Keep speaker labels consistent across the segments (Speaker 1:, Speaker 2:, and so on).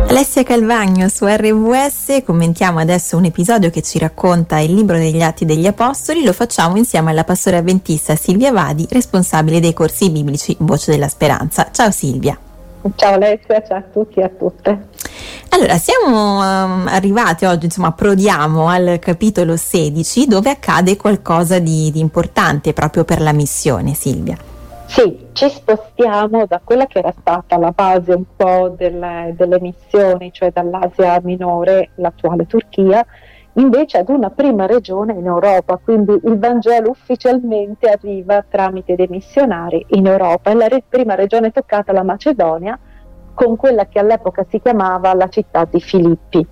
Speaker 1: Alessia Calvagno su RWS, commentiamo adesso un episodio che ci racconta il libro degli Atti degli Apostoli. Lo facciamo insieme alla pastora avventista Silvia Vadi, responsabile dei corsi biblici Voce della Speranza. Ciao Silvia.
Speaker 2: Ciao Alessia, ciao a tutti e a tutte.
Speaker 1: Allora, siamo arrivati oggi, approdiamo al capitolo 16, dove accade qualcosa di importante proprio per la missione, Silvia.
Speaker 2: Sì, ci spostiamo da quella che era stata la base un po' delle missioni, cioè dall'Asia minore, l'attuale Turchia, invece ad una prima regione in Europa, quindi il Vangelo ufficialmente arriva tramite dei missionari in Europa, e la prima regione toccata è la Macedonia, con quella che all'epoca si chiamava la città di Filippi.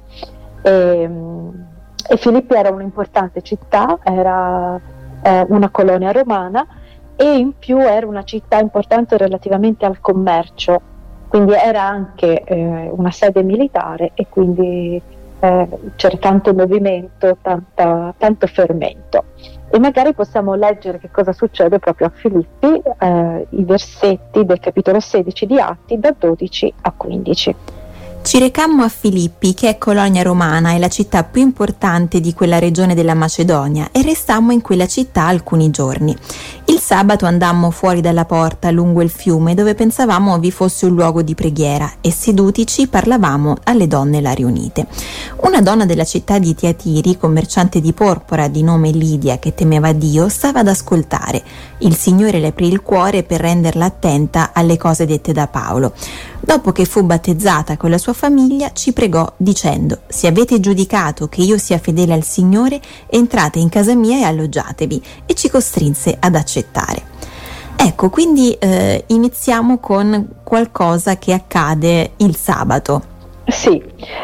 Speaker 2: E Filippi era un'importante città, era una colonia romana, e in più era una città importante relativamente al commercio, quindi era anche una sede militare, e quindi c'era tanto movimento, tanto fermento. E magari possiamo leggere che cosa succede proprio a Filippi, i versetti del capitolo 16 di Atti da 12 a 15.
Speaker 1: Ci recammo a Filippi, che è colonia romana e la città più importante di quella regione della Macedonia, e restammo in quella città alcuni giorni. Il sabato andammo fuori dalla porta lungo il fiume, dove pensavamo vi fosse un luogo di preghiera, e sedutici parlavamo alle donne là riunite. Una donna della città di Tiatiri, commerciante di porpora di nome Lidia, che temeva Dio, stava ad ascoltare. Il Signore le aprì il cuore per renderla attenta alle cose dette da Paolo. Dopo che fu battezzata con la sua famiglia, ci pregò dicendo: se avete giudicato che io sia fedele al Signore, entrate in casa mia e alloggiatevi, e ci costrinse ad accettare. Ecco, quindi iniziamo con qualcosa che accade il sabato.
Speaker 2: Sì,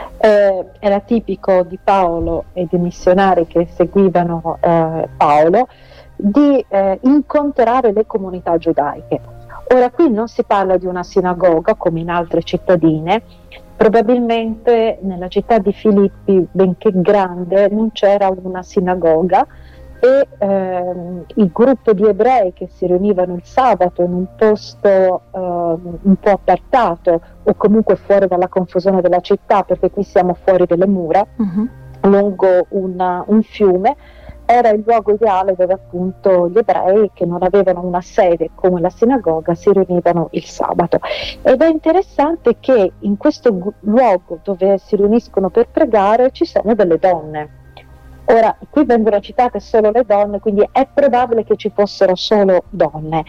Speaker 2: era tipico di Paolo e dei missionari che seguivano Paolo di incontrare le comunità giudaiche. Ora, qui non si parla di una sinagoga come in altre cittadine, probabilmente nella città di Filippi, benché grande, non c'era una sinagoga, e il gruppo di ebrei che si riunivano il sabato in un posto un po' appartato, o comunque fuori dalla confusione della città, perché qui siamo fuori delle mura, lungo un fiume, era il luogo ideale dove appunto gli ebrei, che non avevano una sede come la sinagoga, si riunivano il sabato. Ed è interessante che in questo luogo dove si riuniscono per pregare ci sono delle donne. Ora, qui vengono citate solo le donne, quindi è probabile che ci fossero solo donne.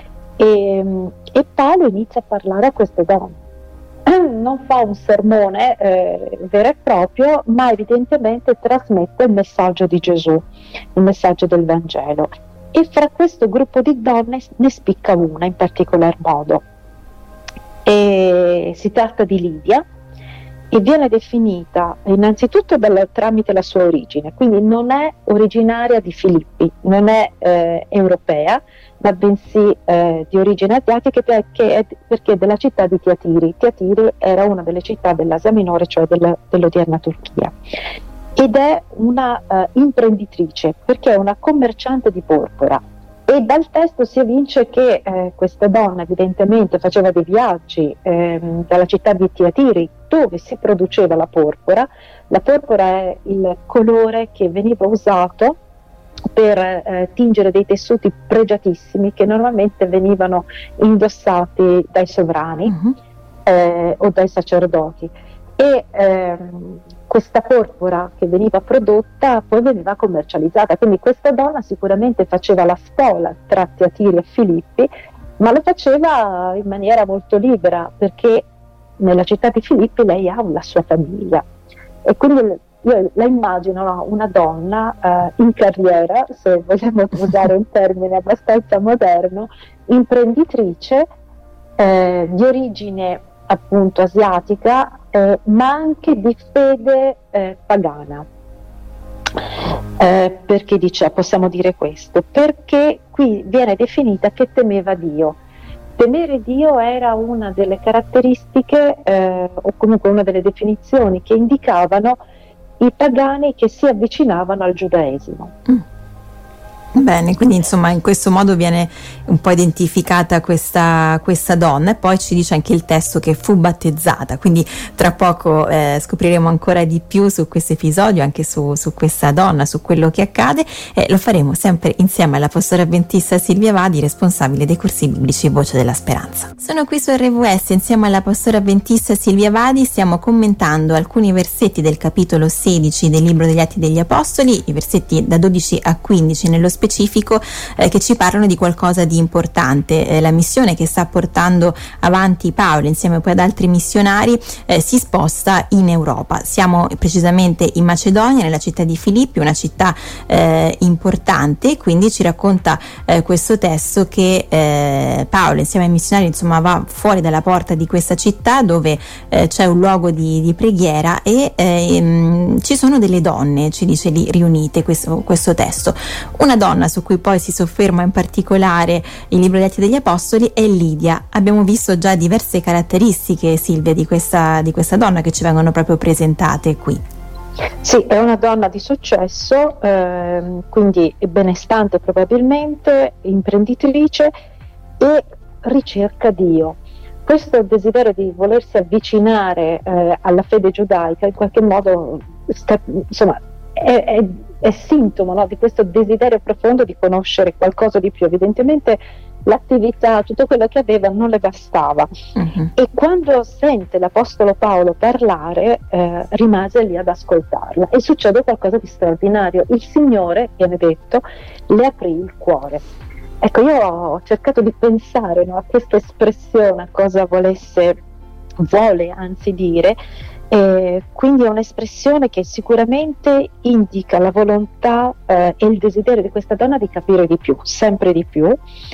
Speaker 2: E Paolo inizia a parlare a queste donne. Non fa un sermone vero e proprio, ma evidentemente trasmette il messaggio di Gesù, il messaggio del Vangelo. E fra questo gruppo di donne ne spicca una in particolar modo. E si tratta di Lidia, e viene definita innanzitutto tramite la sua origine, quindi non è originaria di Filippi, non è europea, ma bensì di origine asiatica, perché è della città di Tiatiri. Tiatiri era una delle città dell'Asia Minore, cioè dell'odierna Turchia. Ed è una imprenditrice, perché è una commerciante di porpora. E dal testo si evince che questa donna evidentemente faceva dei viaggi dalla città di Tiatiri, dove si produceva la porpora. La porpora è il colore che veniva usato per tingere dei tessuti pregiatissimi, che normalmente venivano indossati dai sovrani o dai sacerdoti. E questa porpora che veniva prodotta poi veniva commercializzata, quindi questa donna sicuramente faceva la spola tra Tiatiri e Filippi, ma lo faceva in maniera molto libera, perché nella città di Filippi lei ha la sua famiglia. E quindi io la immagino, no, una donna in carriera, se vogliamo usare un termine abbastanza moderno, imprenditrice di origine appunto asiatica, ma anche di fede pagana. Perché possiamo dire questo? Perché qui viene definita che temeva Dio. Temere Dio era una delle caratteristiche o comunque una delle definizioni che indicavano i pagani che si avvicinavano al giudaesimo.
Speaker 1: Bene, quindi insomma in questo modo viene un po' identificata questa donna, e poi ci dice anche il testo che fu battezzata, quindi tra poco scopriremo ancora di più su questo episodio, anche su questa donna, su quello che accade, e lo faremo sempre insieme alla pastora avventista Silvia Vadi, responsabile dei corsi biblici Voce della Speranza. Sono qui su RWS insieme alla pastora avventista Silvia Vadi, stiamo commentando alcuni versetti del capitolo 16 del libro degli Atti degli Apostoli, i versetti da 12 a 15 nello specifico, che ci parlano di qualcosa di importante. La missione che sta portando avanti Paolo insieme poi ad altri missionari si sposta in Europa. Siamo precisamente in Macedonia, nella città di Filippi, una città importante, quindi ci racconta questo testo che Paolo insieme ai missionari insomma va fuori dalla porta di questa città dove c'è un luogo di preghiera e ci sono delle donne, ci dice lì riunite questo testo. Una donna su cui poi si sofferma in particolare il libro degli Atti degli Apostoli è Lidia. Abbiamo visto già diverse caratteristiche, Silvia, di questa donna che ci vengono proprio presentate qui.
Speaker 2: Sì, è una donna di successo, quindi benestante probabilmente, imprenditrice e ricerca Dio. Questo desiderio di volersi avvicinare alla fede giudaica in qualche modo è sintomo, no, di questo desiderio profondo di conoscere qualcosa di più. Evidentemente l'attività, tutto quello che aveva non le bastava, e quando sente l'Apostolo Paolo parlare rimase lì ad ascoltarla, e succede qualcosa di straordinario. Il Signore, viene detto, le aprì il cuore. Ecco, io ho cercato di pensare, no, a questa espressione, a cosa vuole anzi dire. Quindi è un'espressione che sicuramente indica la volontà e il desiderio di questa donna di capire di più, sempre di più.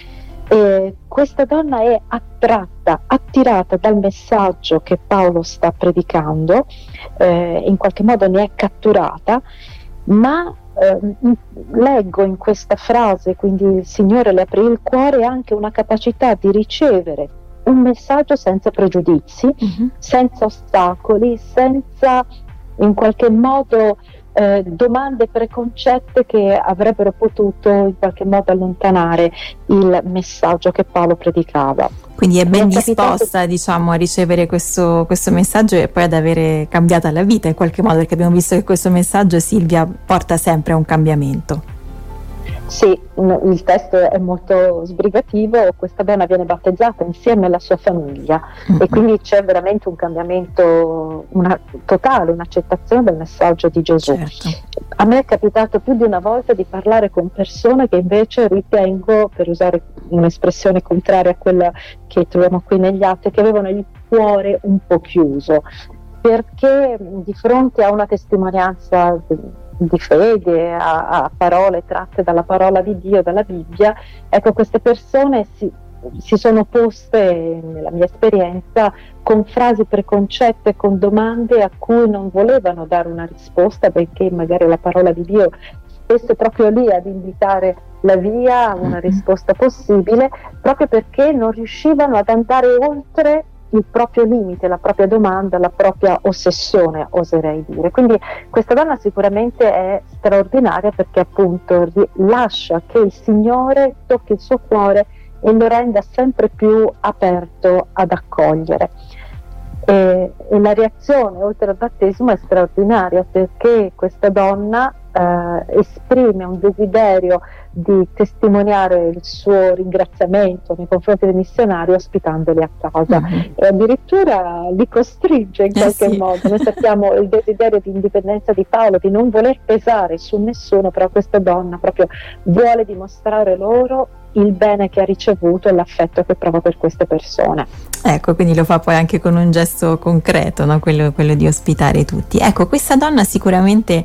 Speaker 2: Questa donna è attirata dal messaggio che Paolo sta predicando, in qualche modo ne è catturata, ma leggo in questa frase, quindi il Signore le aprì il cuore, anche una capacità di ricevere un messaggio senza pregiudizi, senza ostacoli, senza in qualche modo domande preconcette che avrebbero potuto in qualche modo allontanare il messaggio che Paolo predicava.
Speaker 1: Quindi è ben disposta, diciamo, a ricevere questo messaggio e poi ad avere cambiata la vita in qualche modo, perché abbiamo visto che questo messaggio, Silvia, porta sempre a un cambiamento.
Speaker 2: Sì, il testo è molto sbrigativo. Questa donna viene battezzata insieme alla sua famiglia, e quindi c'è veramente un cambiambiamo totale, un'accettazione del messaggio di Gesù.
Speaker 1: Certo.
Speaker 2: A me è capitato più di una volta di parlare con persone che invece ritengo, per usare un'espressione contraria a quella che troviamo qui negli Atti, che avevano il cuore un po' chiuso, perché di fronte a una testimonianza di fede, a parole tratte dalla parola di Dio, dalla Bibbia, ecco, queste persone si sono poste, nella mia esperienza, con frasi preconcette, con domande a cui non volevano dare una risposta, perché magari la parola di Dio stesse proprio lì ad indicare la via a una risposta possibile, proprio perché non riuscivano ad andare oltre il proprio limite, la propria domanda, la propria ossessione, oserei dire. Quindi questa donna sicuramente è straordinaria, perché appunto lascia che il Signore tocchi il suo cuore e lo renda sempre più aperto ad accogliere. E la reazione oltre al battesimo è straordinaria, perché questa donna esprime un desiderio di testimoniare il suo ringraziamento nei confronti del missionario ospitandoli a casa, e addirittura li costringe in qualche modo. Noi sappiamo il desiderio di indipendenza di Paolo, di non voler pesare su nessuno, però questa donna proprio vuole dimostrare loro il bene che ha ricevuto e l'affetto che prova per queste persone.
Speaker 1: Ecco, quindi lo fa poi anche con un gesto concreto, no? quello di ospitare tutti. Ecco, questa donna sicuramente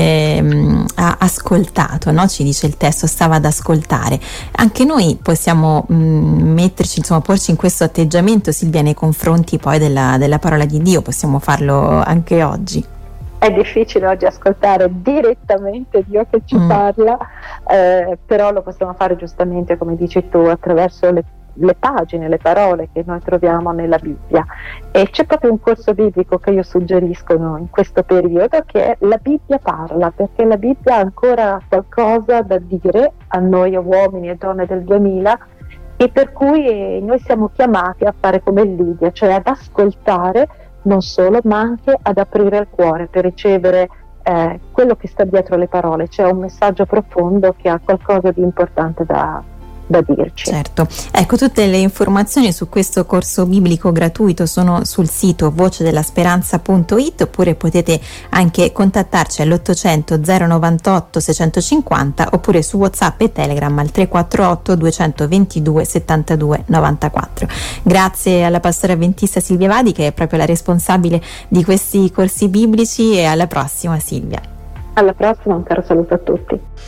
Speaker 1: ha ascoltato, no? Ci dice il testo, stava ad ascoltare. Anche noi possiamo metterci, insomma, porci in questo atteggiamento, Silvia, nei confronti poi della parola di Dio. Possiamo farlo anche oggi.
Speaker 2: È difficile oggi ascoltare direttamente Dio che ci parla, però lo possiamo fare giustamente, come dici tu, attraverso le pagine, le parole che noi troviamo nella Bibbia. E c'è proprio un corso biblico che io suggerisco in questo periodo, che è La Bibbia parla, perché la Bibbia ha ancora qualcosa da dire a noi uomini e donne del 2000, e per cui noi siamo chiamati a fare come Lidia, cioè ad ascoltare non solo, ma anche ad aprire il cuore per ricevere quello che sta dietro le parole, cioè un messaggio profondo che ha qualcosa di importante da dirci.
Speaker 1: Certo, ecco, tutte le informazioni su questo corso biblico gratuito sono sul sito vocedellasperanza.it, oppure potete anche contattarci all'800 098 650 oppure su WhatsApp e Telegram al 348 222 72 94. Grazie alla pastora avventista Silvia Vadi, che è proprio la responsabile di questi corsi biblici, e alla prossima, Silvia.
Speaker 2: Alla prossima, un caro saluto a tutti.